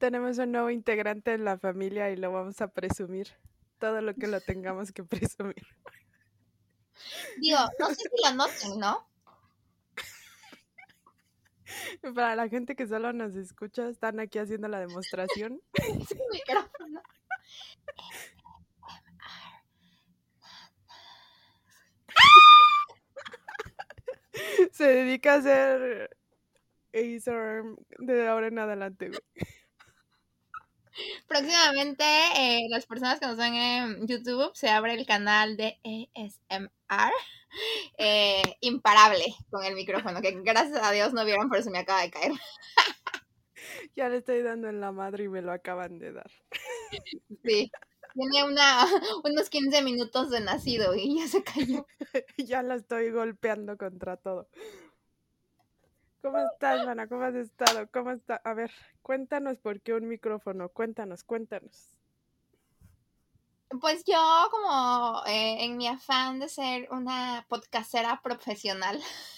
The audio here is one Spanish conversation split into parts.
tenemos un nuevo integrante en la familia y lo vamos a presumir. Todo lo que lo tengamos que presumir. Digo, no sé si lo noten, ¿no? Para la gente que solo nos escucha, están aquí haciendo la demostración. Ese micrófono. Se dedica a hacer ASMR de ahora en adelante, güey. Próximamente, las personas que nos ven en YouTube, se abre el canal de ASMR imparable con el micrófono, que gracias a Dios no vieron, pero se me acaba de caer. Ya le estoy dando en la madre y me lo acaban de dar. Sí, tiene unos 15 minutos de nacido y ya se cayó. Ya la estoy golpeando contra todo. ¿Cómo estás, mana? ¿Cómo has estado? ¿Cómo está? A ver, cuéntanos por qué un micrófono. Cuéntanos. Pues yo, como en mi afán de ser una podcastera profesional,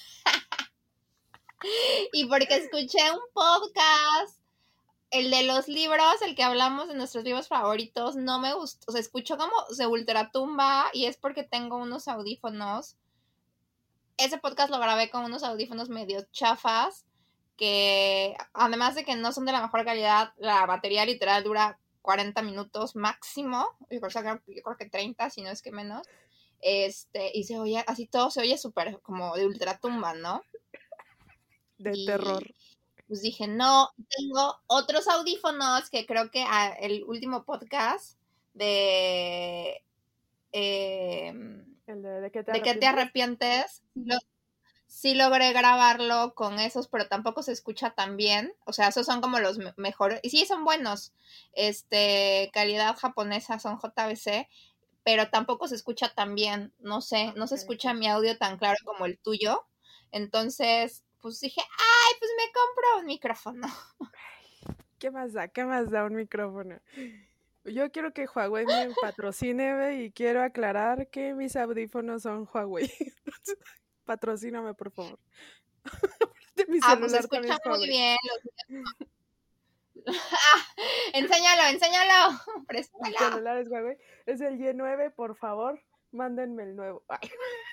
y porque escuché un podcast, el de los libros, el que hablamos de nuestros libros favoritos, no me gustó. O sea, escucho como se ultratumba y es porque tengo unos audífonos. Ese podcast lo grabé con unos audífonos medio chafas, que además de que no son de la mejor calidad, la batería literal dura 40 minutos máximo. Yo creo que 30, si no es que menos. Y se oye, así todo se oye súper como de ultratumba, ¿no? De Y terror. pues dije, no, tengo otros audífonos que creo que el último podcast de El de qué te ¿De qué te arrepientes? arrepientes? Sí logré grabarlo con esos, pero tampoco se escucha tan bien. O sea, esos son como los mejores. Y sí, son buenos. Calidad japonesa, son JBC, pero tampoco se escucha tan bien. No sé, no se escucha mi audio tan claro como el tuyo. Entonces, pues dije, ay, pues me compro un micrófono. ¿Qué más da? ¿Qué más da un micrófono? Yo quiero que Huawei me patrocine, güey, y quiero aclarar que mis audífonos son Huawei. Patrocíname, por favor. De mi Pues se celular también escucha es muy Huawei. bien. Enséñalo. Mi Préstamelo. celular es Huawei. Es el Y9, por favor, mándenme el nuevo. Ay.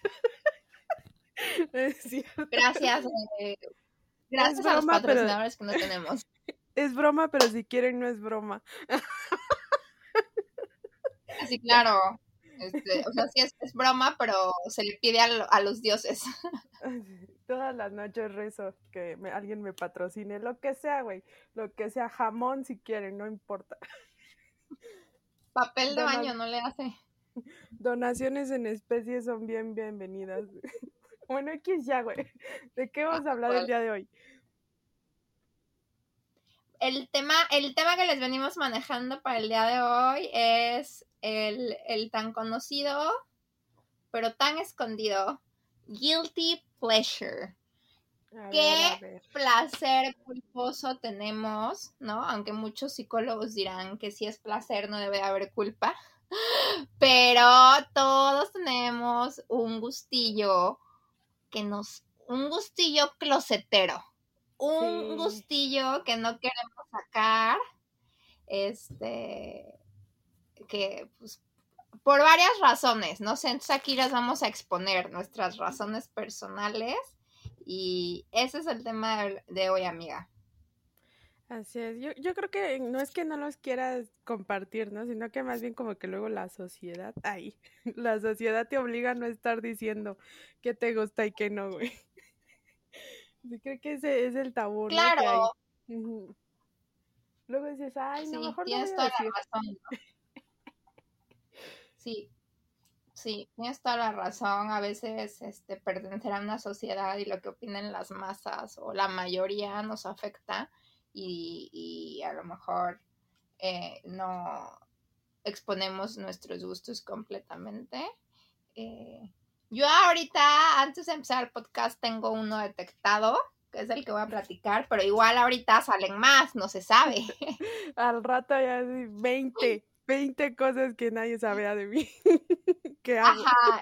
Es cierto. Gracias. Es Gracias a los broma, pero patrocinadores que no tenemos. es broma, pero si quieren no es broma. Sí, claro. O sea, sí es broma, pero se le pide a los dioses. Todas las noches rezo que alguien me patrocine, lo que sea, güey, lo que sea, jamón si quieren, no importa. Papel de baño no le hace. Donaciones en especie son bienvenidas. Bueno, X ya, güey. ¿De qué vamos a hablar el día de hoy? El tema que les venimos manejando para el día de hoy es el tan conocido, pero tan escondido, guilty pleasure. ¿Qué placer culposo tenemos, no? Aunque muchos psicólogos dirán que si es placer no debe haber culpa. Pero todos tenemos un gustillo un gustillo closetero. Un gustillo que no queremos sacar. Que pues por varias razones, no sé, entonces aquí les vamos a exponer nuestras razones personales y ese es el tema de hoy, amiga. Así es, yo creo que no es que no los quieras compartir, ¿no? Sino que más bien como que luego la sociedad, la sociedad te obliga a no estar diciendo qué te gusta y qué no, güey. Sí, creo que ese es el tabú, ¿no? Claro, Que hay. Uh-huh. Luego dices, ay, no, sí, mejor no voy tienes a toda decir. la razón, ¿no? Sí, tienes toda la razón. A veces pertenecer a una sociedad y lo que opinen las masas o la mayoría nos afecta y a lo mejor no exponemos nuestros gustos completamente. Yo ahorita, antes de empezar el podcast, tengo uno detectado, que es el que voy a platicar, pero igual ahorita salen más, no se sabe. Al rato ya 20 cosas que nadie sabía de mí. ¿Qué hago? Ajá,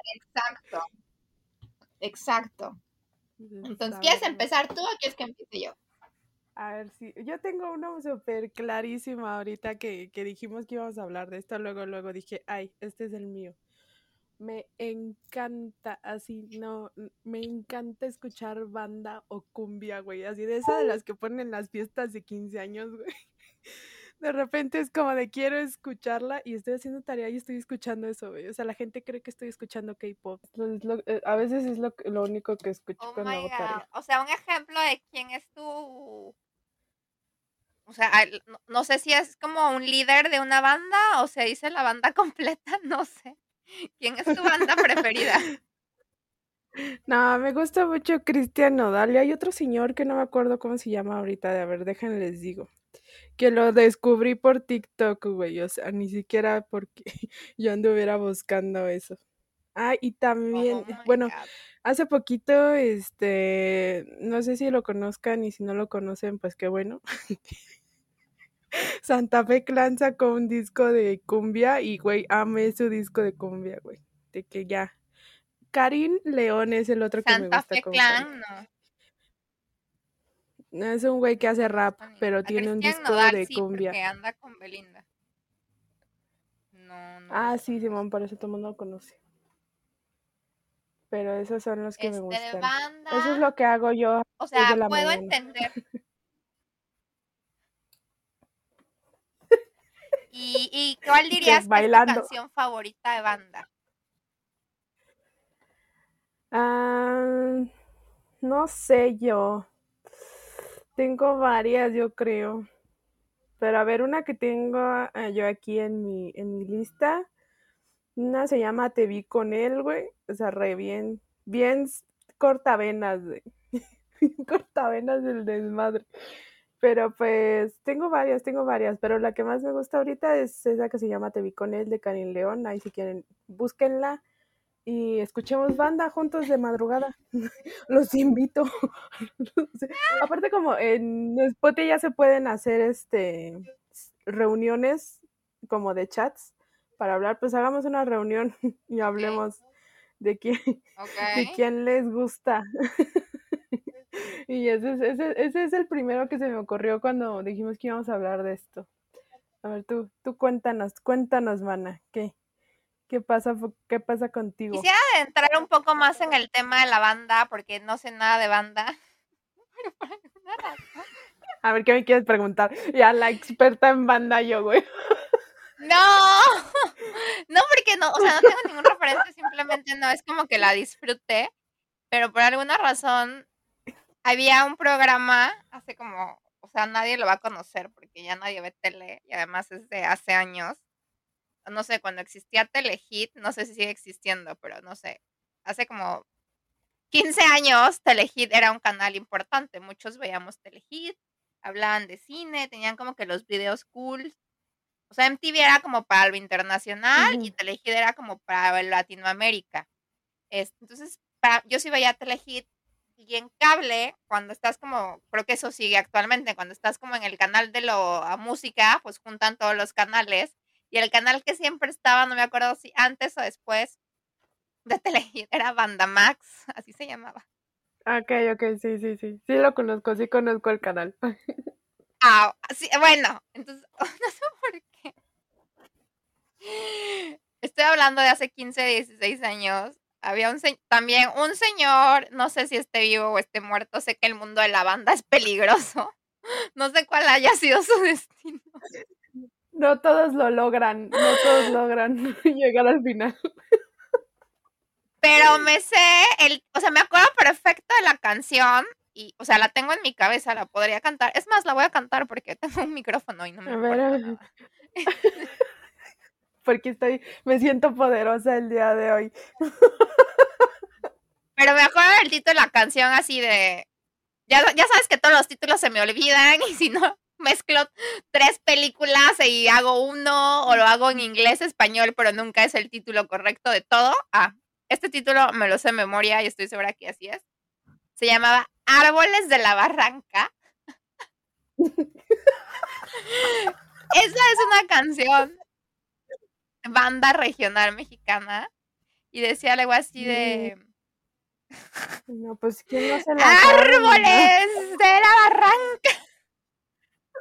exacto. Entonces, ¿quieres empezar tú o quieres que empiece yo? A ver si. Yo tengo uno súper clarísimo ahorita que dijimos que íbamos a hablar de esto. Luego dije, ay, este es el mío. Me encanta, así, no, me encanta escuchar banda o cumbia, güey. Así de esa de las que ponen en las fiestas de 15 años, güey. De repente es como de quiero escucharla y estoy haciendo tarea y estoy escuchando eso, güey. O sea, la gente cree que estoy escuchando K-pop. A veces es lo único que escucho Oh cuando my hago god. tarea. O sea, un ejemplo de quién es tu. O sea, no sé si es como un líder de una banda o se dice la banda completa, no sé. ¿Quién es tu banda preferida? No, me gusta mucho Cristian Nodal y hay otro señor que no me acuerdo cómo se llama ahorita. A ver, déjenles digo. Que lo descubrí por TikTok, güey. O sea, ni siquiera porque yo anduviera buscando eso. Ah, y Oh también, my bueno, god. hace poquito, no sé si lo conozcan y si no lo conocen, pues qué bueno. Santa Fe Clan sacó un disco de cumbia y, güey, amé su disco de cumbia, güey. De que ya. Karim León es el otro que me Santa gusta Fe cómo canta. Clan, no. No es un güey que No hace rap, conozco ninguno. pero A tiene un Cristian disco Nodal de sí, cumbia. porque anda con Belinda. No, no los Ah, sí, conozco. Simón, por eso todo el mundo lo conoce. Pero esos son los que me De gustan. Eso es banda, lo que hago yo o desde sea, la puedo mañana. entender. ¿Y cuál Que dirías que es tu bailando. canción favorita de banda? Ah, no sé yo. Tengo varias, yo creo. Pero a ver, una que tengo yo aquí en mi lista. Una se llama Te vi con él, güey. O sea, re bien. Bien cortavenas, güey. Cortavenas del desmadre. Pero pues tengo varias, pero la que más me gusta ahorita es esa que se llama Te vi con él de Karin León. Ahí si quieren, búsquenla y escuchemos banda juntos de madrugada. Los invito. Aparte como en Spotify ya se pueden hacer reuniones como de chats para hablar, pues hagamos una reunión y Ok, hablemos de quién, ok. de quién les gusta. Y ese es el primero que se me ocurrió cuando dijimos que íbamos a hablar de esto. A ver, tú cuéntanos, mana, qué pasa contigo? Quisiera entrar un poco más en el tema de la banda, porque no sé nada de banda, pero por alguna razón. A ver, ¿qué me quieres preguntar? Ya la experta en banda yo, güey. No, no porque no, o sea, no tengo ningún referente, simplemente no es como que la disfruté, pero por alguna razón había un programa hace como, o sea, nadie lo va a conocer porque ya nadie ve tele y además es de hace años. No sé, cuando existía Telehit, no sé si sigue existiendo, pero no sé, hace como 15 años Telehit era un canal importante, muchos veíamos Telehit, hablaban de cine, tenían como que los videos cool. O sea, MTV era como para lo internacional y Ujú. Telehit era como para Latinoamérica. Entonces, yo sí veía Telehit y en cable, cuando estás como, creo que eso sigue actualmente, cuando estás como en el canal de a música, pues juntan todos los canales. Y el canal que siempre estaba, no me acuerdo si antes o después de Telehit, era Bandamax, así se llamaba. Ok, sí. Sí lo conozco, sí conozco el canal. Ah, sí, bueno, entonces, no sé por qué. Estoy hablando de hace 15, 16 años. Había también un señor, no sé si esté vivo o esté muerto, sé que el mundo de la banda es peligroso. No sé cuál haya sido su destino. No todos logran llegar al final. Pero me sé, o sea, me acuerdo perfecto de la canción y, o sea, la tengo en mi cabeza, la podría cantar. Es más, la voy a cantar porque tengo un micrófono y no me A importa ver, nada. porque me siento poderosa el día de hoy. Pero me acuerdo del título de la canción así de, ya sabes que todos los títulos se me olvidan y si no mezclo tres películas y hago uno o lo hago en inglés, español, pero nunca es el título correcto de todo. Ah, este título me lo sé de memoria y estoy segura que así es. Se llamaba Árboles de la Barranca. Esa es una canción banda regional mexicana y decía algo así de No, pues quién no se la sabe, mana. Árboles de la Barranca.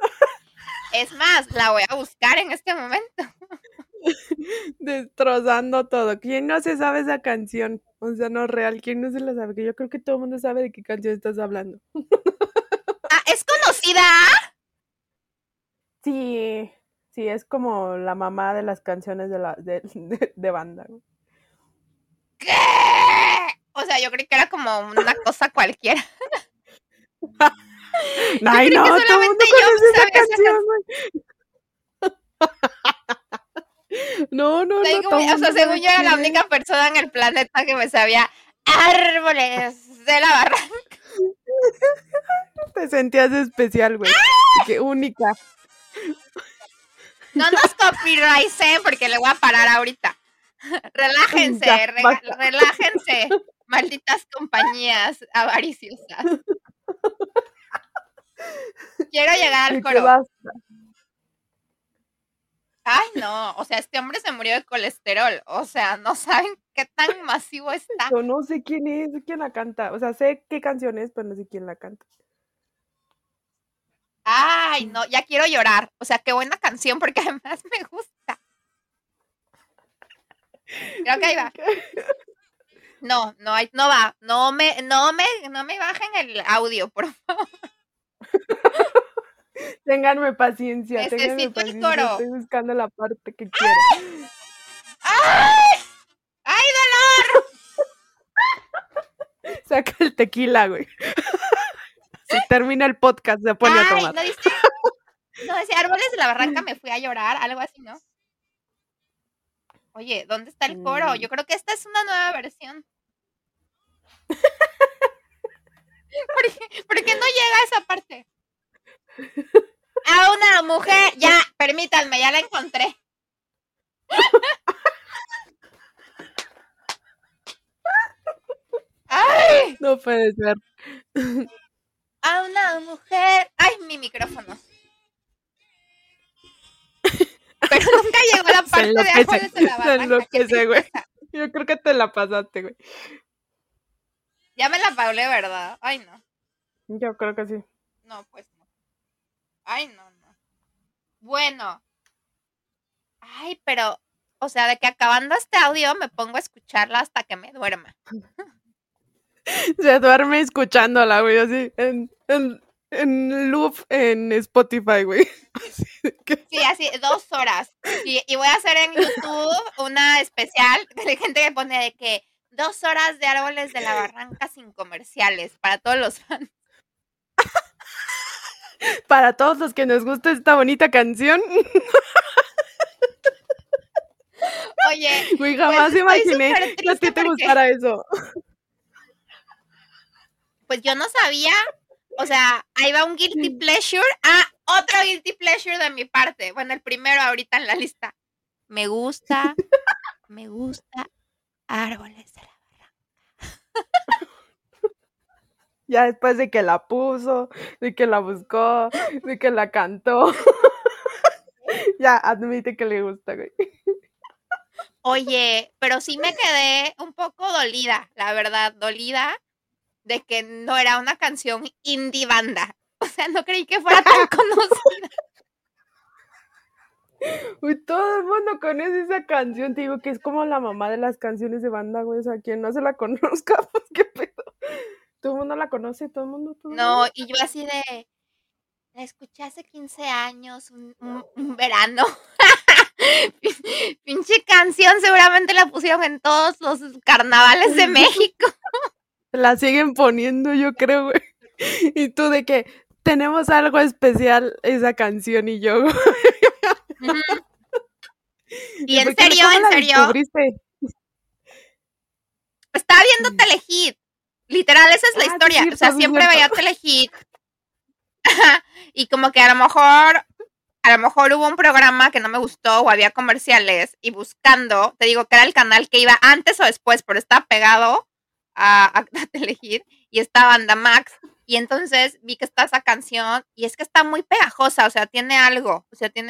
Es más, la voy a buscar en este momento. Destrozando todo. ¿Quién no se sabe esa canción? O sea, no real, ¿quién no se la sabe? Que yo creo que todo el mundo sabe de qué canción estás hablando. Ah, ¿es conocida? Sí, sí, es como la mamá de las canciones de banda. ¿No? ¿Qué? O sea, yo creí que era como una cosa cualquiera. Ay, Yo creí no, que todo el mundo solamente yo conoce esa sabía esa canción, canción. güey. No, no, no, todo el O sea, mundo según sabe yo era la quién es. única persona en el planeta que me sabía Árboles de la Barranca. Te sentías especial, güey. Qué única. No nos copyrightsé porque le voy a parar ahorita. Relájense, Ya, basta. relájense, malditas compañías avariciosas. Quiero llegar al Que coro. basta. Ay, no, o sea, este hombre se murió de colesterol. O sea, no saben qué tan masivo está. Yo no sé quién es, quién la canta. O sea, sé qué canción es, pero no sé quién la canta. Ay, no, ya quiero llorar. O sea, qué buena canción porque además me gusta. Creo que ahí va. No, no, no va. No me bajen el audio, por favor. Ténganme paciencia, Necesito el coro. Estoy buscando la parte que quiero. ¡Ay! ¡Ay, dolor! Saca el tequila, güey. Si termina el podcast, se pone a tomar. No dice Árboles de la Barranca, me fui a llorar, algo así, ¿no? Oye, ¿dónde está el coro? Yo creo que esta es una nueva versión. ¿Por qué no llega a esa parte? A una mujer, ya, permítanme, ya la encontré. ¡Ay! No puede ser. A una mujer. ¡Ay, mi micrófono! Pero nunca llegó la parte de Árboles de la Barranca. Se enloquece, güey. Yo creo que te la pasaste, güey. Ya me la pagué, ¿verdad? Ay, no. Yo creo que sí. No, pues no. Ay, no. Bueno. Ay, pero, o sea, de que acabando este audio me pongo a escucharla hasta que me duerma. Se duerme escuchándola, güey, así, en loop en Spotify, güey. Sí, así, 2 horas. Y voy a hacer en YouTube una especial de gente que pone de que 2 horas de Árboles de la Barranca sin comerciales para todos los fans. Para todos los que nos gusta esta bonita canción. Oye, güey, jamás pues imaginé que a ti te gustara eso. Pues yo no sabía, o sea, ahí va un guilty pleasure. Ah, otro guilty pleasure de mi parte. Bueno, el primero ahorita en la lista. Me gusta Árboles de la Barranca. Ya después de que la puso, de que la buscó, de que la cantó. Ya admite que le gusta, güey. Oye, pero sí me quedé un poco dolida, la verdad, dolida de que no era una canción indie banda. O sea, no creí que fuera tan conocida. Uy, todo el mundo conoce esa canción, te digo que es como la mamá de las canciones de banda, güey. O sea, quien no se la conozca, pues qué pedo. Todo el mundo la conoce, todo el mundo. No, y yo así de, la escuché hace 15 años, un verano. Pinche canción, seguramente la pusieron en todos los carnavales de México. La siguen poniendo, yo creo, güey. Y tú de que tenemos algo especial esa canción y yo. Y en serio, estaba viendo Telehit. Literal, esa es la historia. Cierto, o sea, siempre veía Telehit. Y como que a lo mejor hubo un programa que no me gustó o había comerciales y buscando, te digo que era el canal que iba antes o después, pero estaba pegado a Telehit y está Banda Max. Y entonces vi que está esa canción y es que está muy pegajosa, o sea, tiene algo.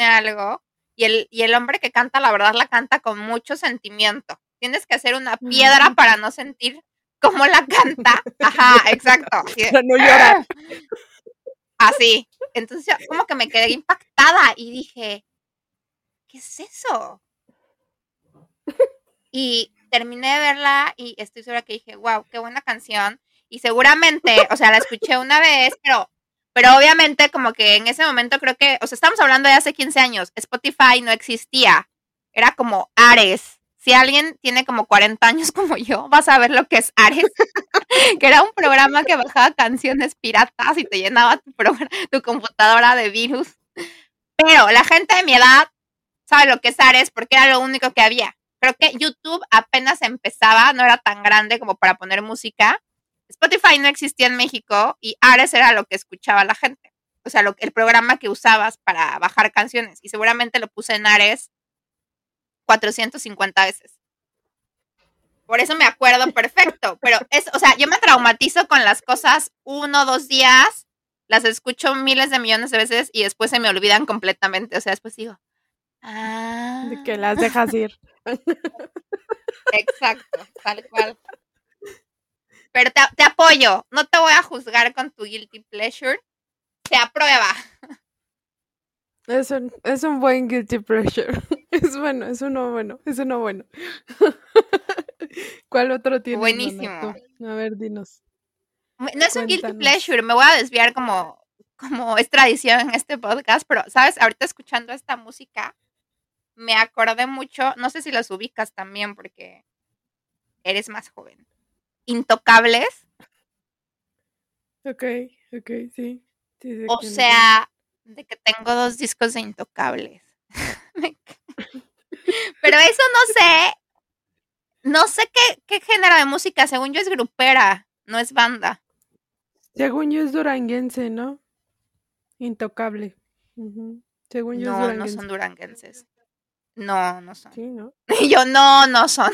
Y el hombre que canta, la verdad, la canta con mucho sentimiento. Tienes que hacer una piedra para no sentir cómo la canta. Ajá, exacto. Para no llorar. Así. Entonces yo como que me quedé impactada y dije, ¿qué es eso? Y terminé de verla y estoy segura que dije, wow, qué buena canción. Y seguramente, o sea, la escuché una vez, pero obviamente como que en ese momento creo que, o sea, estamos hablando de hace 15 años, Spotify no existía, era como Ares. Si alguien tiene como 40 años como yo, vas a ver lo que es Ares, que era un programa que bajaba canciones piratas y te llenaba tu computadora de virus. Pero la gente de mi edad sabe lo que es Ares porque era lo único que había. Creo que YouTube apenas empezaba, no era tan grande como para poner música. Spotify no existía en México y Ares era lo que escuchaba la gente. O sea, el programa que usabas para bajar canciones. Y seguramente lo puse en Ares 450 veces. Por eso me acuerdo perfecto. Pero o sea, yo me traumatizo con las cosas 1 o 2 días, las escucho miles de millones de veces y después se me olvidan completamente. O sea, después digo, De que las dejas ir. exacto, tal cual. Pero te apoyo, no te voy a juzgar con tu guilty pleasure. Se aprueba. Es un buen guilty pleasure. Es bueno, es uno bueno, es uno bueno. ¿Cuál otro tienes, Mana? Buenísimo. Tú? A ver, dinos. No es un guilty Cuéntanos. pleasure, me voy a desviar como es tradición en este podcast, pero, ¿sabes? Ahorita escuchando esta música, me acordé mucho, no sé si los ubicas también porque eres más joven. Intocables. Ok, sí. Sí sé O quiénes son. sea, de que tengo 2 discos de Intocables. Pero eso no sé qué género de música, según yo es grupera, no es banda. Según yo es duranguense, ¿no? Intocable. Ujú. Según yo es No, no son duranguense. duranguenses. No, no son. Sí, ¿no? Y yo, no son.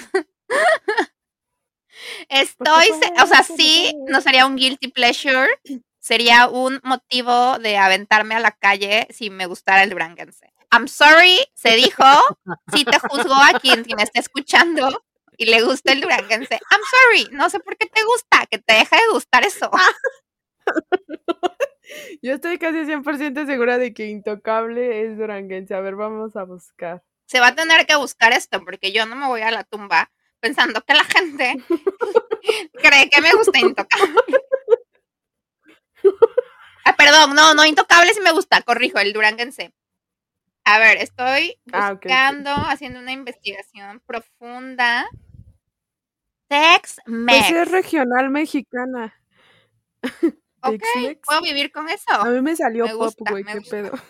Porque O sea, sí, no sería un guilty pleasure, sería un motivo de aventarme a la calle si me gustara el duranguense. I'm sorry, se dijo, sí te juzgo a quien me está escuchando y le gusta el duranguense. I'm sorry, no sé por qué te gusta, que te deja de gustar eso. Yo estoy casi 100% segura de que Intocable es duranguense. A ver, vamos a buscar. Se va a tener que buscar esto porque yo no me voy a la tumba pensando que la gente cree que me gusta Intocable. Perdón, no, Intocable sí me gusta, corrijo, el duranguense. A ver, estoy buscando, haciendo una investigación profunda. Pues es Tex-Mex. regional mexicana. Ok, Tex-Mex. puedo vivir con A eso. mí me salió Me pop, gusta, güey, me qué pedo. gusta.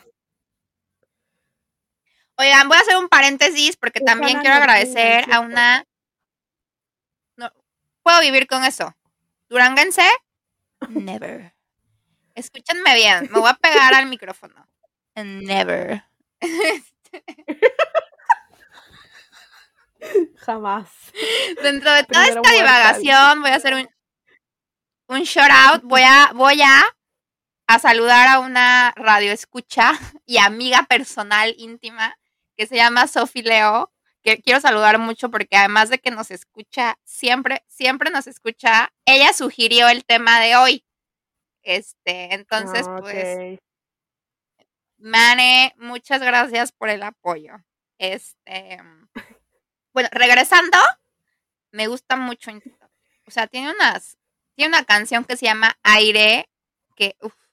Oigan, voy a hacer un paréntesis porque también Lejana quiero norteña, es agradecer a cierto. una... No, puedo vivir con eso. Duranguense, never. Escúchenme bien, me voy a pegar al micrófono. Never. Jamás. Dentro de toda Primero esta muerta, dice. divagación voy a hacer un shout out. Voy a saludar a una radio escucha y amiga personal íntima que se llama Sofi Leo, que quiero saludar mucho porque además de que nos escucha, siempre nos escucha, ella sugirió el tema de hoy. Entonces, pues, Ok. Mane, muchas gracias por el apoyo. Bueno, regresando, me gusta mucho. O sea, tiene una canción que se llama Aire, que,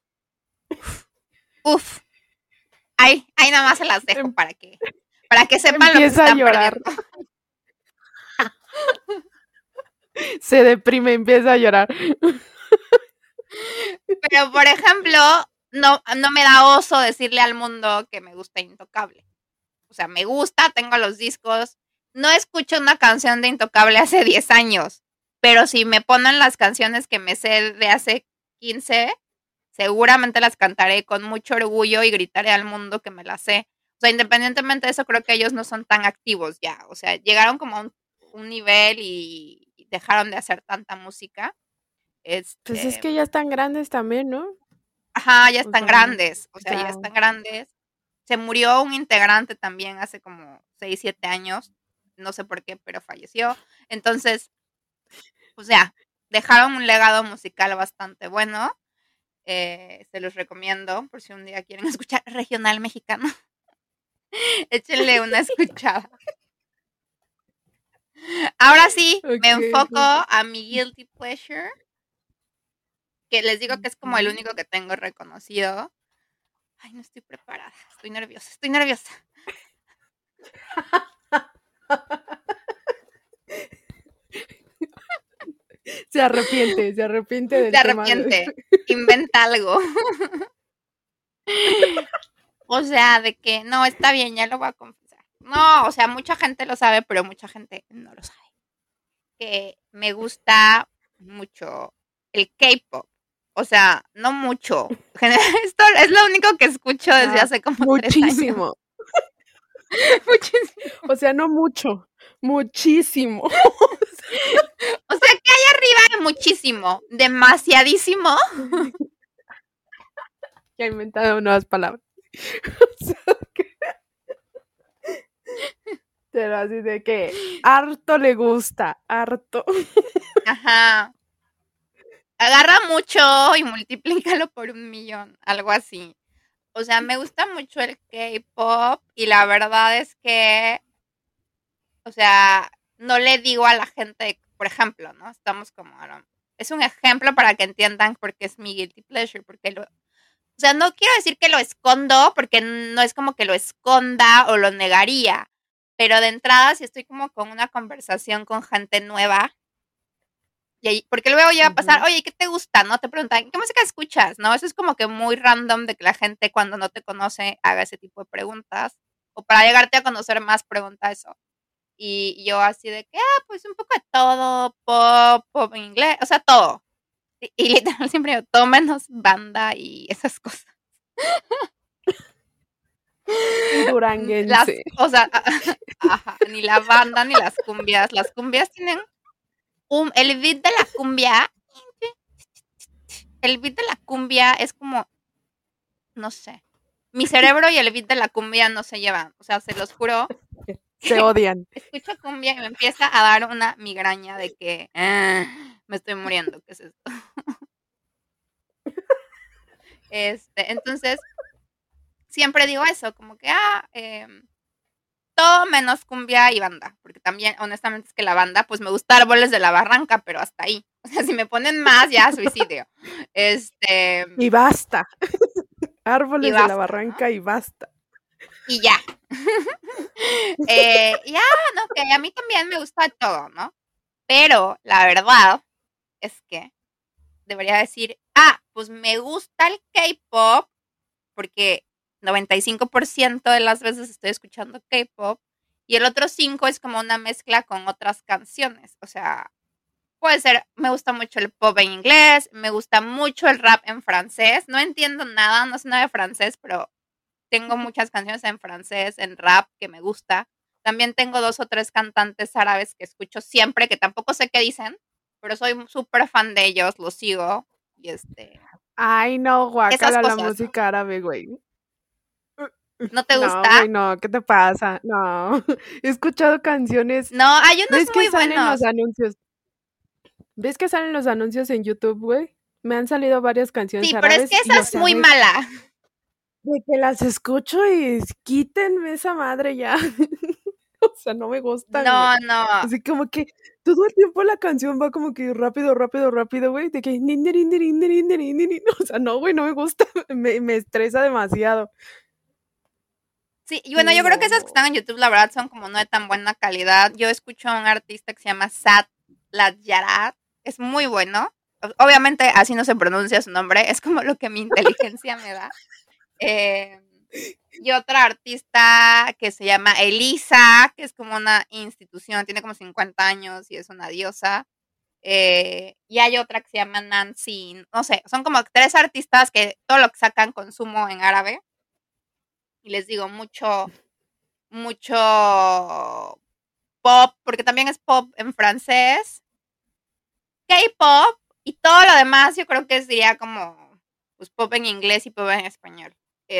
uf, ahí nada más se las dejo Em- para que sepan lo que se Empieza a están llorar. perdiendo. Se deprime, empieza a llorar. Pero, por ejemplo, no me da oso decirle al mundo que me gusta Intocable. O sea, me gusta, tengo los discos. No escucho una canción de Intocable hace 10 años, pero si me ponen las canciones que me sé de hace 15, seguramente las cantaré con mucho orgullo y gritaré al mundo que me las sé. O sea, independientemente de eso, creo que ellos no son tan activos ya. O sea, llegaron como a un nivel y dejaron de hacer tanta música. Pues es que ya están grandes también, ¿no? Ajá, ya O están sea, grandes. O sea, ya ya. están grandes. Se murió un integrante también hace como 6, 7 años. No sé por qué, pero falleció. Entonces, pues ya, dejaron un legado musical bastante bueno. Se los recomiendo por si un día quieren escuchar regional mexicano. Échenle una escuchada. Ahora sí, me enfoco a mi guilty pleasure, que les digo que es como el único que tengo reconocido. Ay, no estoy preparada, estoy nerviosa. Se arrepiente del Se tema. arrepiente, inventa algo. O sea, de que no, está bien, ya lo voy a confesar. No, o sea, mucha gente lo sabe, pero mucha gente no lo sabe. Que me gusta mucho el K-pop. O sea, no mucho. Esto es lo único que escucho desde hace como 3 años. Muchísimo. Muchísimo. O sea, no mucho, muchísimo. O sea, que hay arriba muchísimo, demasiadísimo. Ya he inventado nuevas palabras. O sea, pero así de que harto le gusta, harto. Ajá. Agarra mucho y multiplícalo por 1,000,000, algo así. O sea, me gusta mucho el K-pop y la verdad es que, o sea, no le digo a la gente, por ejemplo, ¿no? Estamos como, es un ejemplo para que entiendan por qué es mi guilty pleasure, porque o sea, no quiero decir que lo escondo, porque no es como que lo esconda o lo negaría, pero de entrada si estoy como con una conversación con gente nueva, porque luego llega a pasar, oye, ¿qué te gusta? ¿No? Te preguntan, ¿qué música escuchas? ¿No? Eso es como que muy random de que la gente cuando no te conoce haga ese tipo de preguntas. O para llegarte a conocer más, pregunta eso. Y yo así de que, pues un poco de todo, pop en inglés, o sea, todo. Y literal siempre digo, todo menos banda y esas cosas. Y duranguense. O sea, ajá, ni la banda ni las cumbias. Las cumbias tienen el beat de la cumbia. El beat de la cumbia es como, no sé. Mi cerebro y el beat de la cumbia no se llevan. O sea, se los juro. Se odian. Escucho cumbia y me empieza a dar una migraña de que me estoy muriendo. ¿Qué es esto? Entonces, siempre digo eso, como que, todo menos cumbia y banda, porque también, honestamente, es que la banda, pues me gusta Árboles de la Barranca, pero hasta ahí. O sea, si me ponen más, ya suicidio. Y basta. Árboles Y de la basta, Barranca, ¿no? y basta. Y ya. No, que a mí también me gusta todo, ¿no? Pero la verdad es que debería decir, pues me gusta el K-pop, porque 95% de las veces estoy escuchando K-pop, y el otro 5 es como una mezcla con otras canciones. O sea, puede ser, me gusta mucho el pop en inglés, me gusta mucho el rap en francés. No entiendo nada, no sé nada de francés, pero tengo muchas canciones en francés, en rap, que me gusta. También tengo 2 o 3 cantantes árabes que escucho siempre, que tampoco sé qué dicen, pero soy súper fan de ellos, los sigo. Y Ay, no, esas guácala la cosas, ¿no? música árabe, güey. ¿No te No, gusta? güey, no, ¿qué te pasa? No, he escuchado canciones. No, hay unos ¿Ves que muy salen los buenos. anuncios? ¿Ves que salen los anuncios en YouTube, güey? Me han salido varias canciones Sí, pero es que árabes esa y, o es sea, muy mala. de que las escucho y quítenme esa madre ya. O sea, no me gustan, güey. No, no. Así como que todo el tiempo la canción va como que rápido, rápido, rápido, güey. De que o sea, no, güey, no me gusta. Me estresa demasiado. Sí, y bueno, Sí, yo creo que no, esas que no. están en YouTube, la verdad, son como no de tan buena calidad. Yo escucho a un artista que se llama Sat Latyarat. Es muy bueno. Obviamente, así no se pronuncia su nombre. Es como lo que mi inteligencia me da. Eh, y otra artista que se llama Elisa, que es como una institución, tiene como 50 años y es una diosa. Y hay otra que se llama Nancy, no sé, son como 3 artistas que todo lo que sacan consumo en árabe. Y les digo, mucho pop, porque también es pop en francés, K-pop y todo lo demás yo creo que sería como pues pop en inglés y pop en español.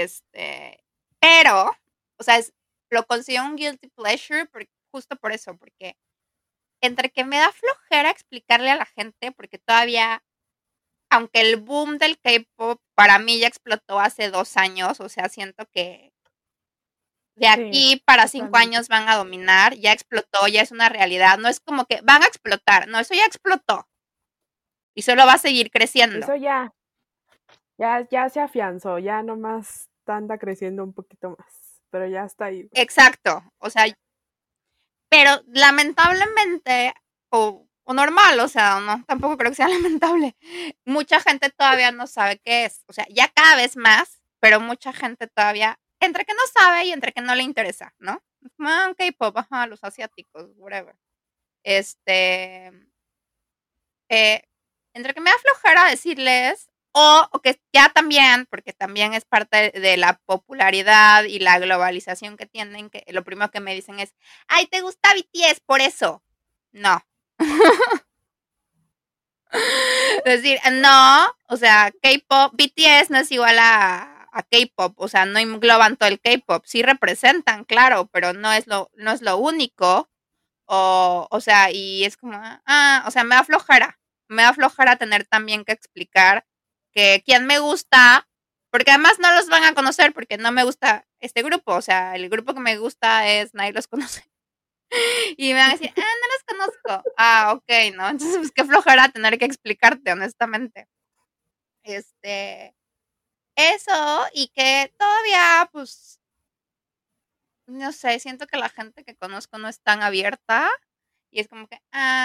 Pero, o sea, lo considero un guilty pleasure justo por eso, porque entre que me da flojera explicarle a la gente, porque todavía aunque el boom del K-pop para mí ya explotó hace 2 años, o sea, siento que de Sí, aquí para 5 totalmente. años van a dominar, ya explotó, ya es una realidad, no es como que van a explotar, no, eso ya explotó y solo va a seguir creciendo. Eso ya se afianzó, ya nomás anda creciendo un poquito más, pero ya está ahí, güey. Exacto, o sea, pero lamentablemente, o normal, o sea, no, tampoco creo que sea lamentable, mucha gente todavía no sabe qué es, o sea, ya cada vez más, pero mucha gente todavía, entre que no sabe y entre que no le interesa, ¿no? Un K-pop, ajá, los asiáticos, whatever. Este, eh, entre que me da flojera decirles, o que ya también, porque también es parte de la popularidad y la globalización que tienen, que lo primero que me dicen es, ay, ¿te gusta BTS por eso? No. Es decir, no, o sea, K-pop, BTS no es igual a K-pop, o sea, no engloban todo el K-pop, sí representan, claro, pero no es lo único, o sea, y es como, o sea, me da flojera tener también que explicar que quién me gusta, porque además no los van a conocer porque no me gusta este grupo, o sea, el grupo que me gusta es, nadie los conoce. Y me van a decir, no los conozco. Ok, ¿no? Entonces, pues qué flojera tener que explicarte, honestamente. Este, eso, y que todavía, pues, no sé, siento que la gente que conozco no es tan abierta y es como que,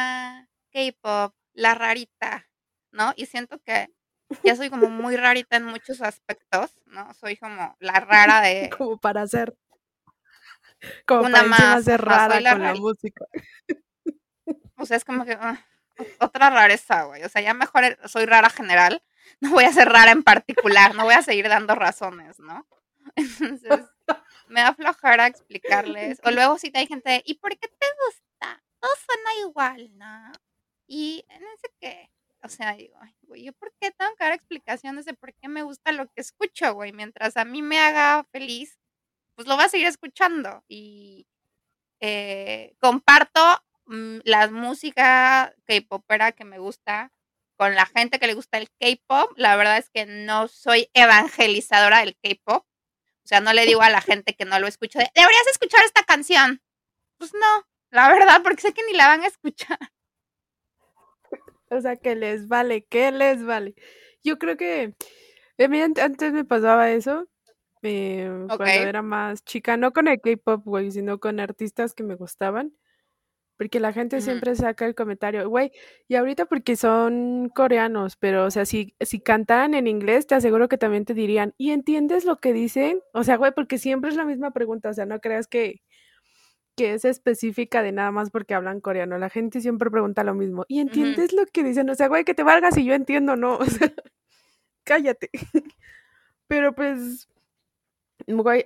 K-pop, la rarita, ¿no? Y siento que ya soy como muy rarita en muchos aspectos, ¿no? Soy como la rara de Como para hacer, como una para encima más, ser ajá, soy rara la con la rarita. música. O sea, es como que otra rareza, güey. O sea, ya mejor soy rara general, no voy a ser rara en particular, no voy a seguir dando razones, ¿no? Entonces, me da flojera explicarles. O luego sí que hay gente de, ¿y por qué te gusta? Todo suena igual, ¿no? Y no sé qué. O sea, digo, ay, güey, ¿yo por qué tengo que dar explicaciones de por qué me gusta lo que escucho, güey? Mientras a mí me haga feliz, pues lo voy a seguir escuchando. Y comparto la música K-popera que me gusta con la gente que le gusta el K-pop. La verdad es que no soy evangelizadora del K-pop. O sea, no le digo a la gente que no lo escucho deberías escuchar esta canción. Pues no, la verdad, porque sé que ni la van a escuchar. O sea, que les vale, que les vale. Yo creo que a mí antes me pasaba eso, Ok. cuando era más chica, no con el K-pop, güey, sino con artistas que me gustaban, porque la gente Ujú. siempre saca el comentario, güey, y ahorita porque son coreanos, pero o sea, si cantaran en inglés, te aseguro que también te dirían, ¿y entiendes lo que dicen? O sea, güey, porque siempre es la misma pregunta, o sea, no creas que es específica de nada más porque hablan coreano. La gente siempre pregunta lo mismo. ¿Y Ujú. entiendes lo que dicen? O sea, güey, que te valgas y yo entiendo, no. O sea, cállate. Pero pues, güey,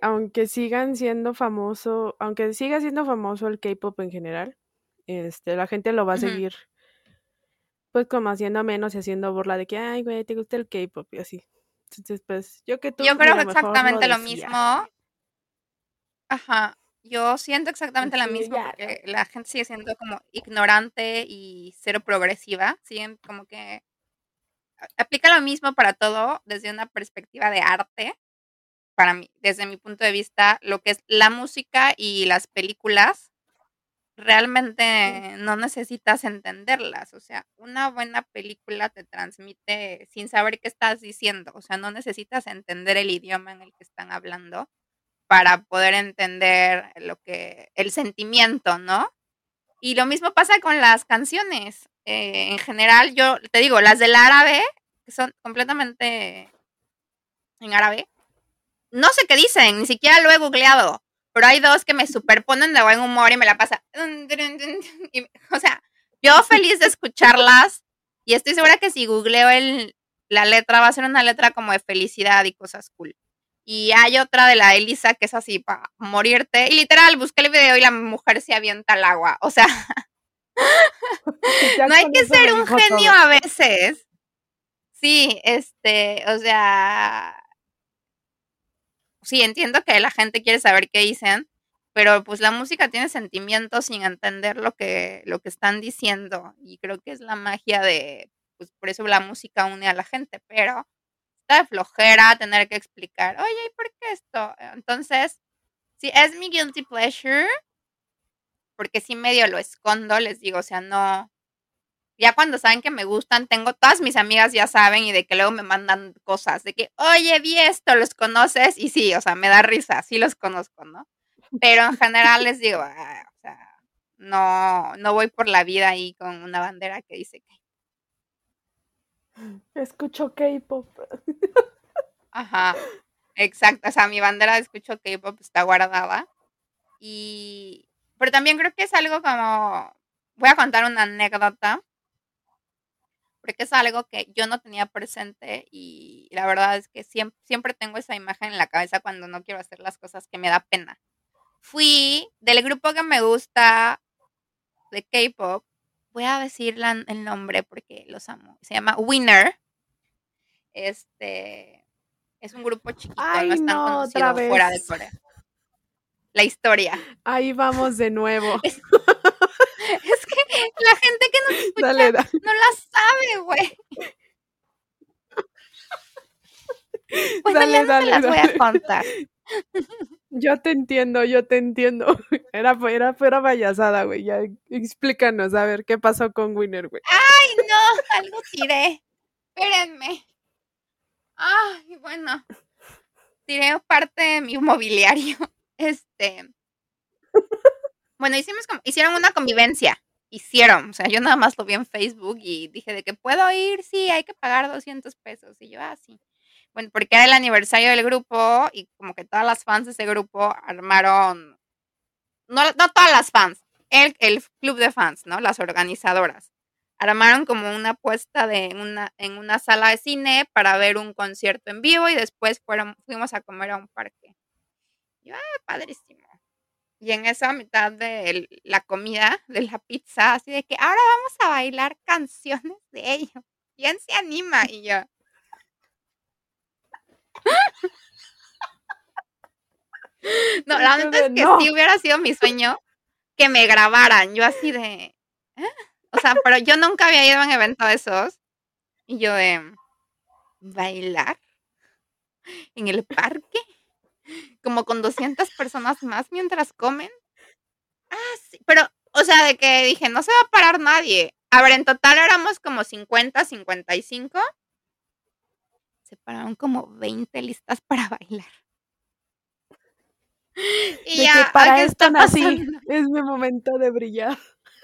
aunque siga siendo famoso el K-pop en general, la gente lo va a Ujú. seguir, pues como haciendo menos y haciendo burla de que, ay, güey, te gusta el K-pop y así. Entonces, pues, yo que Yo tú, creo que mira, mejor lo exactamente lo decía. mismo. Ajá. Yo siento exactamente lo Así, mismo ya. porque la gente sigue siendo como ignorante y cero progresiva. Siguen como que aplica lo mismo para todo desde una perspectiva de arte. Para mí, desde mi punto de vista, lo que es la música y las películas, realmente no necesitas entenderlas. O sea, una buena película te transmite sin saber qué estás diciendo. O sea, no necesitas entender el idioma en el que están hablando para poder entender el sentimiento, ¿no? Y lo mismo pasa con las canciones. En general, yo te digo, las del árabe, que son completamente en árabe, no sé qué dicen, ni siquiera lo he googleado, pero hay dos que me superponen de buen humor y me la pasa. Y, o sea, yo feliz de escucharlas y estoy segura que si googleo la letra va a ser una letra como de felicidad y cosas cool. Y hay otra de la Elisa que es así para morirte. Y literal, busqué el video y la mujer se avienta al agua. O sea, Ya no hay con que eso ser me un dijo genio todo. a veces. Sí, o sea, sí, entiendo que la gente quiere saber qué dicen, pero pues la música tiene sentimientos sin entender lo que están diciendo. Y creo que es la magia pues por eso la música une a la gente, pero está de flojera tener que explicar, oye, ¿y por qué esto? Entonces, sí, es mi guilty pleasure, porque sí medio lo escondo, les digo, o sea, no, ya cuando saben que me gustan, tengo, todas mis amigas ya saben y de que luego me mandan cosas, de que, oye, vi esto, ¿los conoces? Y sí, o sea, me da risa, sí los conozco, ¿no? Pero en general les digo, o sea, no voy por la vida ahí con una bandera que dice que... Escucho K-pop. Ajá, exacto, o sea, mi bandera de escucho K-pop está guardada. Pero también creo que es algo como, voy a contar una anécdota, porque es algo que yo no tenía presente y la verdad es que siempre tengo esa imagen en la cabeza cuando no quiero hacer las cosas que me da pena. Fui del grupo que me gusta de K-pop, voy a decir el nombre porque los amo, se llama Winner. Es un grupo chiquito, no Ay, es tan no, otra conocido fuera de vez. Corea. La historia. Ahí vamos de nuevo. Es que la gente que nos escucha Dale. no la sabe, güey. Bueno, ya no se las voy a contar. Yo te entiendo. Era payasada, güey. Ya explícanos, a ver, ¿qué pasó con Winner, güey? Ay, no, algo tiré. Espérenme. Ay, bueno. Tiré parte de mi mobiliario. Bueno, hicieron una convivencia. O sea, yo nada más lo vi en Facebook y dije de que puedo ir, sí, hay que pagar 200 pesos. Y yo, sí. Bueno, porque era el aniversario del grupo y como que todas las fans de ese grupo armaron, no todas las fans, el club de fans, ¿no? Las organizadoras. Armaron como una apuesta en una sala de cine para ver un concierto en vivo y después fuimos a comer a un parque. Yo, padrísimo. Y en esa mitad de la comida, de la pizza, así de que ahora vamos a bailar canciones de ellos. ¿Quién se anima? Y yo. No, la neta es que sí hubiera sido mi sueño que me grabaran. Yo así de. O sea, pero yo nunca había ido a un evento de esos. Y yo de. ¿Bailar? ¿En el parque? Como con 200 personas más mientras comen. Sí, pero, o sea, de que dije, no se va a parar nadie. A ver, en total éramos como 50, 55. Se pararon como 20 listas para bailar. Y de ya, que para ¿qué esto está nací, pasando? es mi momento de brillar.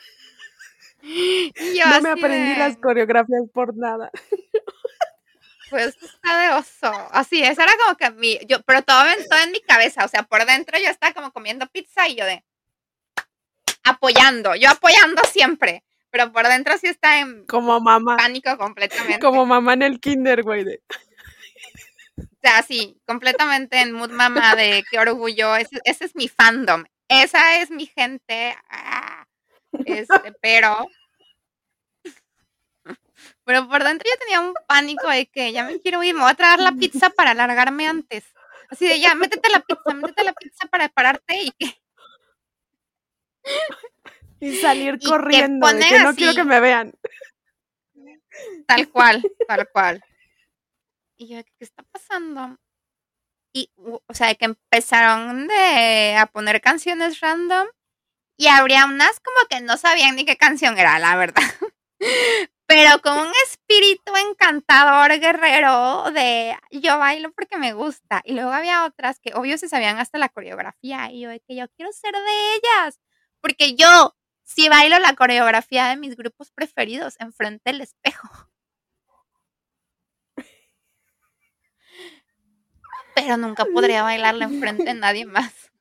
Y yo no me aprendí las coreografías por nada. Pues está de oso. Así es, era como que pero todo en mi cabeza, o sea, por dentro yo estaba como comiendo pizza y yo apoyando siempre, pero por dentro sí está en como mamá, pánico completamente. Como mamá en el kinder, güey. O sea, sí, completamente en mood mamá de qué orgullo, ese es mi fandom, esa es mi gente, pero por dentro yo tenía un pánico de que ya me quiero ir, me voy a traer la pizza para alargarme antes. Así de ya, métete la pizza para pararte y salir corriendo, de que no quiero que me vean. Tal cual. Y yo, ¿qué está pasando? Y, o sea, que empezaron a poner canciones random y habría unas como que no sabían ni qué canción era, la verdad. Pero con un espíritu encantador, guerrero, de yo bailo porque me gusta. Y luego había otras que obvio se sabían hasta la coreografía. Y yo de que yo quiero ser de ellas. Porque yo sí bailo la coreografía de mis grupos preferidos enfrente del espejo. Pero nunca podría bailarla enfrente de nadie más.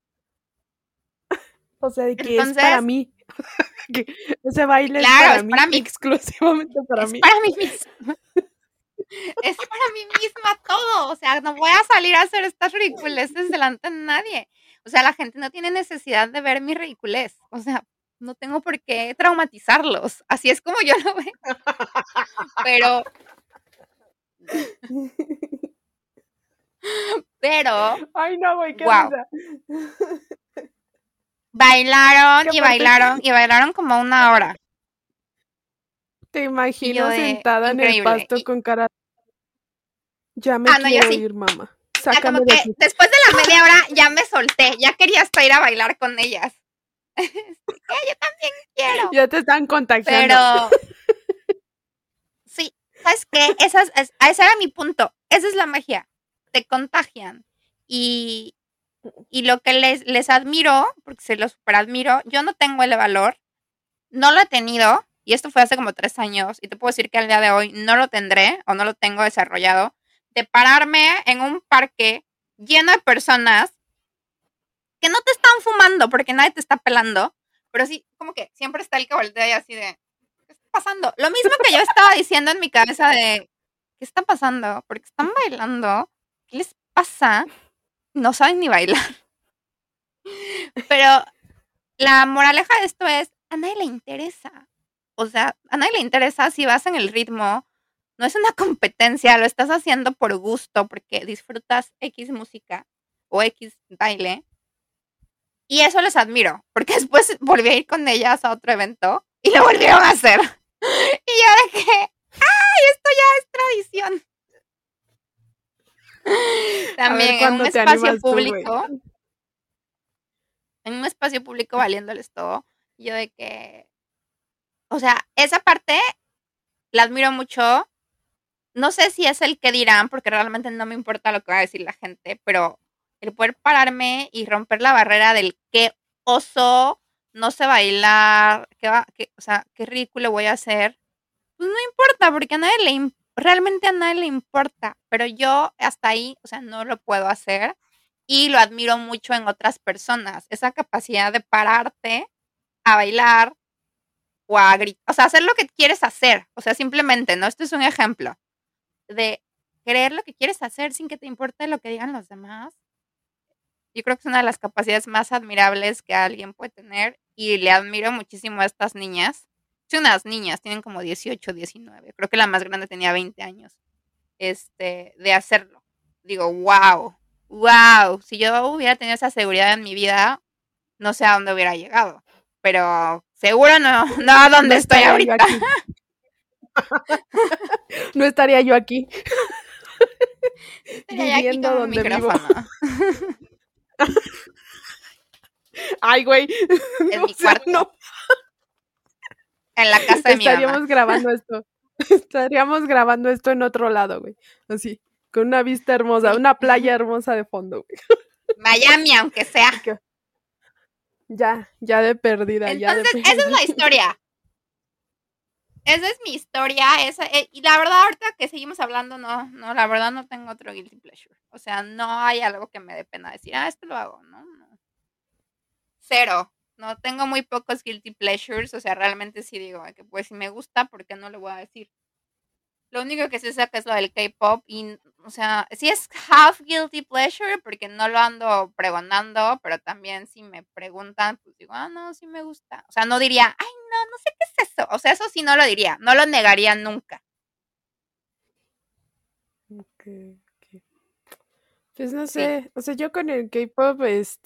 O sea, de que entonces, es para mí. Que ese baile claro, es para mí, exclusivamente para mí. Es para mí misma. Es para mí misma todo. O sea, no voy a salir a hacer estas ridiculeces delante de nadie. O sea, la gente no tiene necesidad de ver mi ridiculez. O sea, no tengo por qué traumatizarlos. Así es como yo lo veo. Pero. Ay, no, güey, qué wow. risa. Bailaron y bailaron como una hora. Te Y yo imagino de, sentada en el increíble. pasto con cara. Ya me No, ya quiero sí. ir, mamá. Ya como Sácame de que aquí. después de la media hora ya me solté, ya quería hasta ir a bailar con ellas. Yo también quiero. Ya te están contagiando. Pero sí, ¿sabes qué? Ese era mi punto. Esa es la magia. Te contagian. Y, y lo que les admiro, porque se los super admiro, yo no tengo el valor, no lo he tenido, y esto fue hace como 3 años, y te puedo decir que al día de hoy no lo tendré o no lo tengo desarrollado, de pararme en un parque lleno de personas que no te están fumando porque nadie te está pelando, pero sí, como que siempre está el que voltea y así de, ¿qué está pasando? Lo mismo que yo estaba diciendo en mi cabeza de, ¿qué está pasando? Porque están bailando, ¿qué les pasa? No saben ni bailar. Pero la moraleja de esto es, a nadie le interesa. O sea, a nadie le interesa si vas en el ritmo, no es una competencia, lo estás haciendo por gusto, porque disfrutas X música o X baile. Y eso les admiro, porque después volví a ir con ellas a otro evento y lo volvieron a hacer. Y yo dije, ¡ay, esto ya es tradición! A ver También cuándo te animas tú, güey. en un espacio público valiéndoles todo. Yo de que, o sea, esa parte la admiro mucho. No sé si es el que dirán, porque realmente no me importa lo que va a decir la gente, pero el poder pararme y romper la barrera del qué oso, no sé bailar, o sea, qué ridículo voy a hacer, pues no importa, porque a nadie realmente a nadie le importa, pero yo hasta ahí, o sea, no lo puedo hacer y lo admiro mucho en otras personas, esa capacidad de pararte a bailar o a gritar, o sea, hacer lo que quieres hacer, o sea, simplemente, ¿no? Esto es un ejemplo de querer lo que quieres hacer sin que te importe lo que digan los demás. Yo creo que es una de las capacidades más admirables que alguien puede tener y le admiro muchísimo a estas niñas. Son unas niñas, tienen como 18, 19. Creo que la más grande tenía 20 años. De hacerlo. Digo, wow, wow. Si yo hubiera tenido esa seguridad en mi vida, no sé a dónde hubiera llegado. Pero seguro no a dónde No estoy estaría yo ahorita. aquí. No estaría yo aquí. Estaría ya aquí Viviendo con un donde vivo. micrófono. Ay, güey. En O mi sea, cuarto. no. En la casa de mi mamá. Estaríamos grabando esto. Estaríamos grabando esto en otro lado, güey. Así, con una vista hermosa, Sí. una playa hermosa de fondo, güey. Miami, aunque sea. Ya de perdida, ya de Entonces, esa es perdida. la historia. Esa es mi historia. Y la verdad, ahorita que seguimos hablando, no, la verdad no tengo otro guilty pleasure. O sea, no hay algo que me dé pena decir, esto lo hago, ¿no? Cero. No, tengo muy pocos guilty pleasures. O sea, realmente sí digo que pues si me gusta, ¿por qué no lo voy a decir? Lo único que se saca es lo del K-pop y, o sea, sí es half guilty pleasure porque no lo ando pregonando, pero también si me preguntan, pues digo, no, sí me gusta. O sea, no diría, ay, no sé qué es eso. O sea, eso sí no lo diría, no lo negaría nunca. Okay. Pues no Sí, sé, o sea, yo con el K-pop,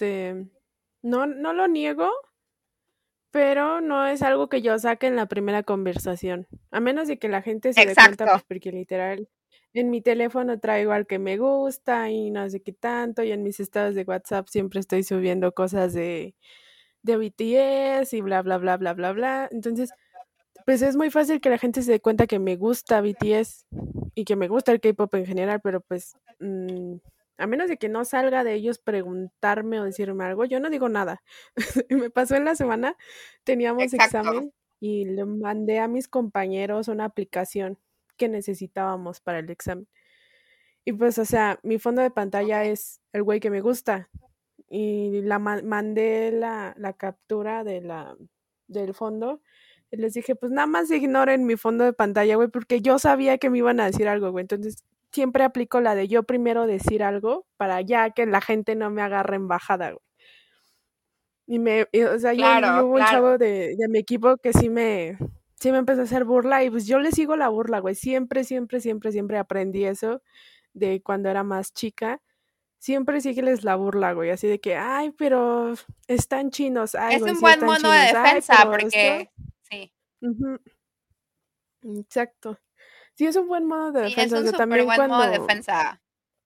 no lo niego, pero no es algo que yo saque en la primera conversación. A menos de que la gente se dé cuenta, exacto. pues porque literal, en mi teléfono traigo al que me gusta y no sé qué tanto, y en mis estados de WhatsApp siempre estoy subiendo cosas de BTS y bla, bla, bla, bla, bla, bla. Entonces, pues es muy fácil que la gente se dé cuenta que me gusta BTS y que me gusta el K-pop en general, pero pues a menos de que no salga de ellos preguntarme o decirme algo, yo no digo nada. Me pasó en la semana, teníamos Exacto. examen y le mandé a mis compañeros una aplicación que necesitábamos para el examen. Y pues, o sea, mi fondo de pantalla Ok. es el güey que me gusta y mandé la captura del fondo. Y les dije, pues nada más ignoren mi fondo de pantalla, güey, porque yo sabía que me iban a decir algo, güey. Entonces, siempre aplico la de yo primero decir algo para ya que la gente no me agarre en bajada, güey. O sea, y Claro, hubo un claro. chavo de mi equipo que sí me empezó a hacer burla y pues yo le sigo la burla, güey. Siempre, siempre, siempre, siempre aprendí eso de cuando era más chica. Siempre sígueles la burla, güey, así de que, ay, pero están chinos, ay, Es güey, un sí buen están modo de chinos, ay, defensa pero esto, porque, sí, ujú. Exacto. Sí, es un buen modo de Sí, es defensa. O un sea, súper también buen modo de defensa.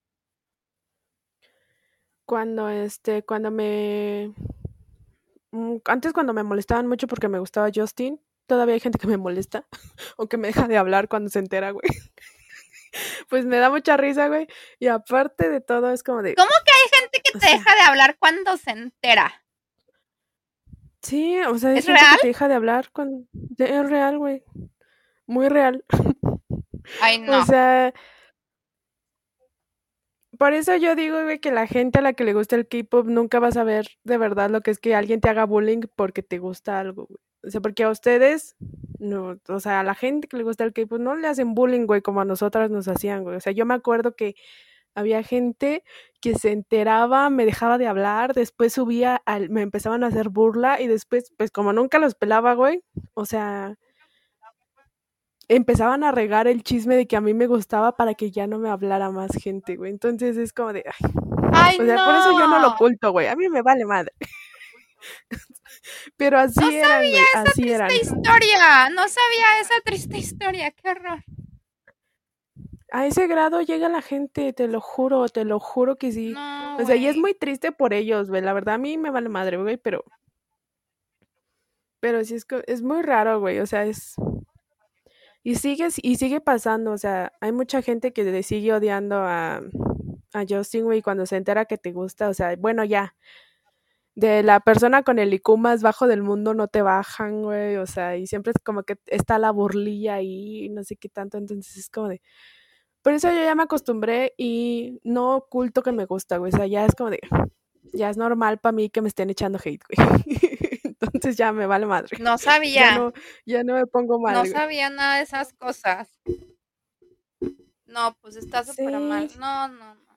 cuando antes cuando me molestaban mucho porque me gustaba Justin, todavía hay gente que me molesta o que me deja de hablar cuando se entera, güey. Pues me da mucha risa, güey. Y aparte de todo, es como de, ¿Cómo que hay gente que o te deja sea, de hablar cuando se entera? sí, o sea, hay ¿Es gente que real? te deja de hablar cuando es real, güey. Muy real. Ay, O no. sea, por eso yo digo, güey, que la gente a la que le gusta el K-pop nunca va a saber de verdad lo que es que alguien te haga bullying porque te gusta algo, güey. O sea, porque a ustedes, no, o sea, a la gente que le gusta el K-pop no le hacen bullying, güey, como a nosotras nos hacían, güey. O sea, yo me acuerdo que había gente que se enteraba, me dejaba de hablar, después me empezaban a hacer burla y después, pues como nunca los pelaba, güey, o sea, empezaban a regar el chisme de que a mí me gustaba para que ya no me hablara más gente, güey. Entonces es como de, ay, Ay, o sea, por eso yo no lo no. oculto, güey. A mí me vale madre. Pero No así eran, sabía güey, esa así triste eran. historia. No sabía esa triste historia. Qué horror. A ese grado llega la gente, te lo juro que sí. No, O sea, y es güey. muy triste por ellos, güey. La verdad, a mí me vale madre, güey, pero sí es muy raro, güey. O sea, y sigue pasando. O sea, hay mucha gente que le sigue odiando a Justin, güey, cuando se entera que te gusta. O sea, bueno, ya. De la persona con el IQ más bajo del mundo no te bajan, güey. O sea, y siempre es como que está la burlilla ahí, no sé qué tanto. Entonces es como de. Por eso yo ya me acostumbré y no oculto que me gusta, güey. O sea, ya es como de. Ya es normal para mí que me estén echando hate, güey. Entonces ya me vale madre. No Ya sabía. no, ya no me pongo No mal, güey. sabía nada de esas cosas. No, pues está súper mal. Sí, No, no, no.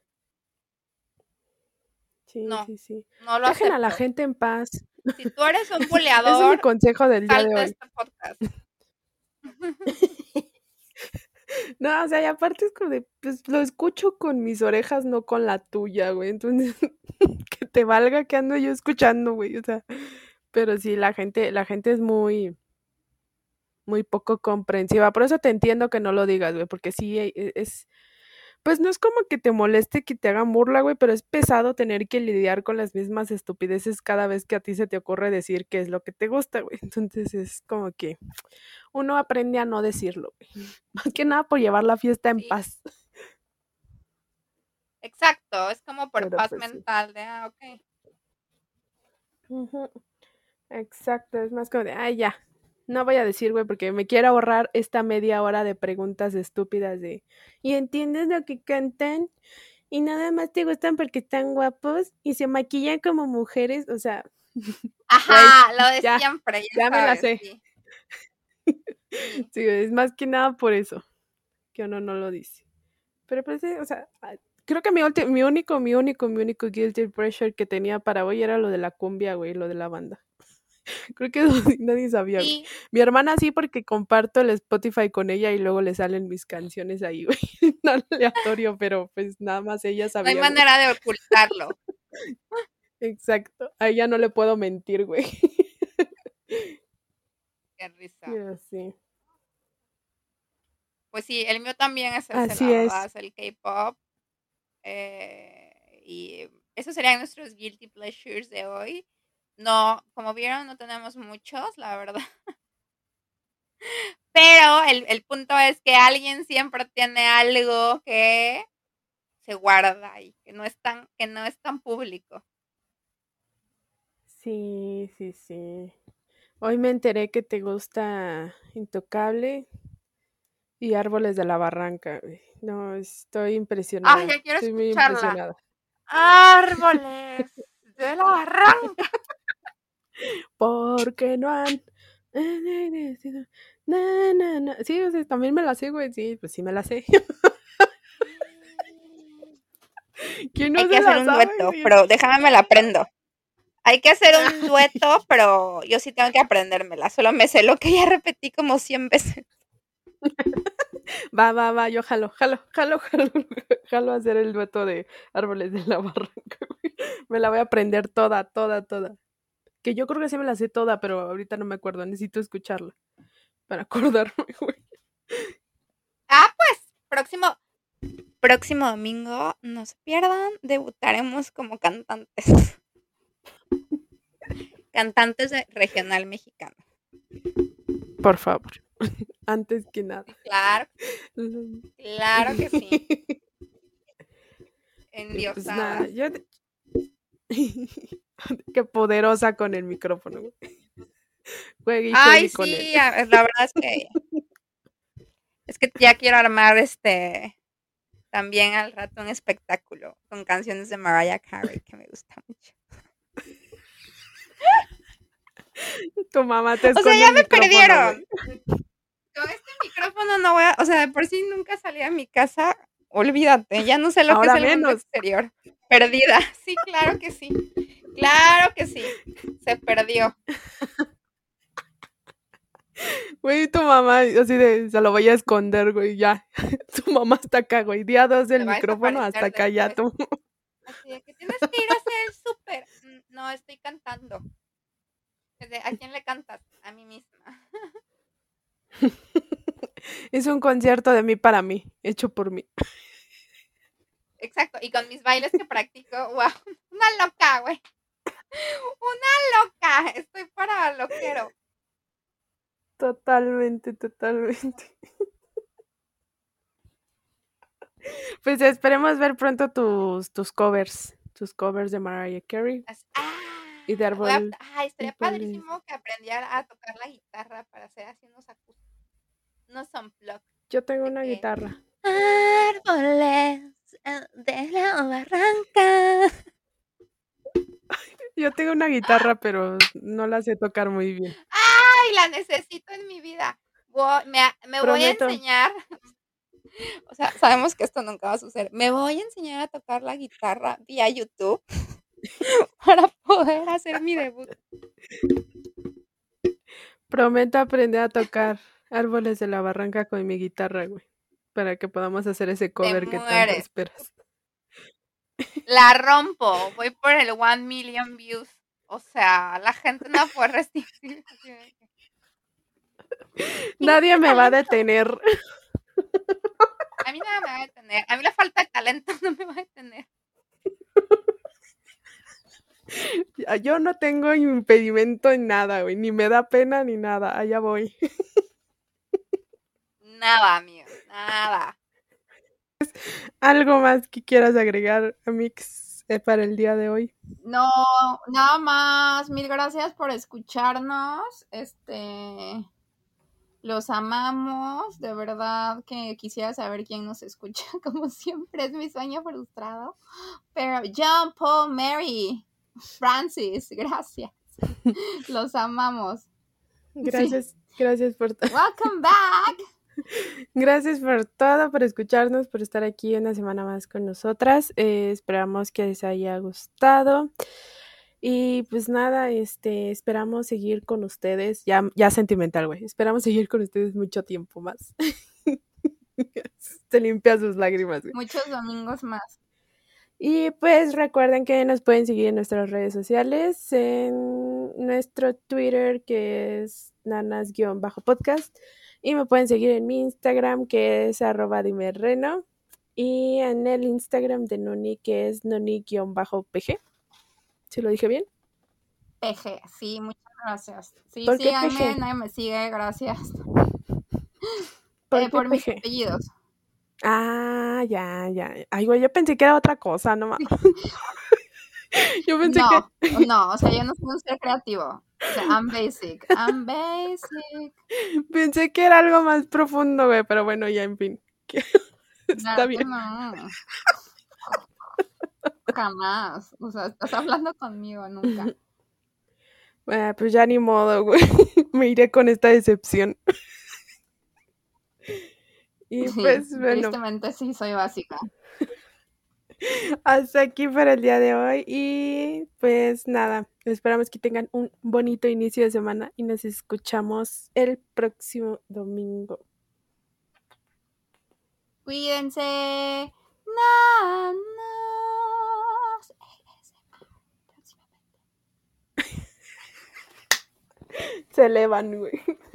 sí, No, sí, sí. no lo Dejen a la acepto. gente en paz. Si tú eres un Ese es mi buleador, consejo del día de salte de hoy. este podcast. No, o sea, y aparte es como de, pues lo escucho con mis orejas, no con la tuya, güey. Entonces, que te valga que ando yo escuchando, güey. O sea, pero sí, la gente es muy poco comprensiva. Por eso te entiendo que no lo digas, güey, porque sí pues no es como que te moleste que te hagan burla, güey, pero es pesado tener que lidiar con las mismas estupideces cada vez que a ti se te ocurre decir qué es lo que te gusta, güey. Entonces es como que uno aprende a no decirlo, güey. Más que nada por llevar la fiesta en Sí, paz. exacto. Es como por Pero paz pues sí. mental de, ah, ok. Ujú, exacto, es más como de, ay, ya. No voy a decir, güey, porque me quiero ahorrar esta media hora de preguntas estúpidas de, ¿y entiendes lo que cantan? Y nada más te gustan porque están guapos y se maquillan como mujeres, o sea, güey, Ajá, lo de ya, siempre, ya ya me la sabes, sé. sí. Sí. Sí, es más que nada por eso que uno no lo dice. Pero pues, sí, o sea, creo que mi único guilty pleasure que tenía para hoy era lo de la cumbia, güey, lo de la banda. Creo que eso sí nadie sabía, güey. Sí, Mi hermana sí porque comparto el Spotify con ella y luego le salen mis canciones ahí, güey, en aleatorio, pero pues nada más ella no hay sabía, güey. manera de ocultarlo. Exacto. A ella no le puedo mentir, güey. Qué risa. Pero sí. Pues sí, el mío también es ese, Así la verdad, es. es el K-pop. Y esos serían nuestros guilty pleasures de hoy. No, como vieron, no tenemos muchos, la verdad. Pero el punto es que alguien siempre tiene algo que se guarda y que no es tan público. Sí, sí, sí. Hoy me enteré que te gusta Intocable y Árboles de la Barranca, güey. No, estoy Ay, impresionada. ya quiero Estoy muy escucharla. impresionada. Árboles de la barranca. Porque no han. Na, na, na. Sí, o sea, también me la sé, güey. Sí, pues sí me la sé. ¿Quién Hay no que se hacer la un sabe, dueto, güey? pero déjame me la aprendo. Hay que hacer un dueto, pero yo sí tengo que aprendérmela. Solo me sé lo que ya repetí como 100 veces. Va, yo jalo a hacer el dueto de Árboles de la Barranca, güey. Me la voy a aprender toda, toda, toda. Que yo creo que sí me la sé toda, pero ahorita no me acuerdo, necesito escucharla para acordarme, güey. próximo domingo, no se pierdan, debutaremos como cantantes. Cantantes de regional mexicano. Por favor, antes que nada. Claro que sí. Pues nada, Endiosadas. Qué poderosa con el micrófono, güey. Juegue y Ay, juegue con él. sí, la verdad es que ya quiero armar también al rato un espectáculo con canciones de Mariah Carey que me gusta mucho. Tu mamá te O sea, esconde ya el me micrófono, perdieron. güey. Con este micrófono no voy a, o sea, de por sí nunca salí a mi casa. Olvídate, ya no sé lo que es Ahora el mundo menos. exterior. Perdida. Sí, claro que sí. Claro que sí. Se perdió. Güey, tu mamá, así de, se lo voy a esconder, güey, ya. Tu mamá está acá, güey. Día 2 Se del va a micrófono, hasta desaparecer acá ya después. tú. Así de que tienes que ir a hacer el súper. No, estoy cantando. ¿A quién le cantas? A mí misma. Es un concierto de mí para mí, hecho por mí. Exacto. Y con mis bailes que practico, wow. Una loca, güey. Una loca. Estoy para loquero. Totalmente, totalmente. Pues esperemos ver pronto tus covers de Mariah Carey y de Árbol. Estaría padrísimo que aprendiera a tocar la guitarra para hacer así unos acústicos, unos unplugged. Yo tengo una guitarra. Árboles de la barranca. Yo tengo una guitarra, pero no la sé tocar muy bien. ¡Ay, la necesito en mi vida! Me voy a Prometo. enseñar. O sea, sabemos que esto nunca va a suceder. Me voy a enseñar a tocar la guitarra vía YouTube para poder hacer mi debut. Prometo aprender a tocar Árboles de la Barranca con mi guitarra, güey. Para que podamos hacer ese cover que tanto esperas. La rompo. Voy por el 1 million views. O sea, la gente no puede resistir. Nadie me va a detener. A mí nada me va a detener. A mí la falta de talento no me va a detener. Yo no tengo impedimento en nada, güey. Ni me da pena ni nada. Allá voy. Nada, amigo. Nada. ¿Algo más que quieras agregar, Amix, para el día de hoy? No, nada más. Mil gracias por escucharnos. Los amamos. De verdad que quisiera saber quién nos escucha. Como siempre, es mi sueño frustrado. Pero John, Paul, Mary, Francis, gracias. Los amamos. Gracias, sí. Gracias por todo. Welcome back. Gracias por todo, por escucharnos, por estar aquí una semana más con nosotras. Esperamos que les haya gustado. Y pues nada, esperamos seguir con ustedes. Ya sentimental, güey. Esperamos seguir con ustedes mucho tiempo más. Se limpia sus lágrimas, güey. Muchos domingos más. Y pues recuerden que nos pueden seguir en nuestras redes sociales, en nuestro Twitter que es nanas-podcast, y me pueden seguir en mi Instagram que es @dimerreno, y en el Instagram de Noni que es noni-pg. ¿Sí lo dije bien? PG, sí, muchas gracias. Sí, ¿Por qué síganme, PG? nadie me sigue, gracias. ¿Por mis PG? apellidos. Ah, ya. Ay, güey, yo pensé que era otra cosa, no mames. Yo pensé que... No, o sea, yo no soy un ser creativo. O sea, I'm basic. Pensé que era algo más profundo, güey, pero bueno, ya, en fin. Está bien. No. Jamás. O sea, estás hablando conmigo, nunca. Pues ya ni modo, güey. Me iré con esta decepción. Y pues, sí, bueno. Tristemente sí soy básica. Hasta aquí para el día de hoy. Y pues nada, esperamos que tengan un bonito inicio de semana y nos escuchamos el próximo domingo. Cuídense. Se elevan, güey.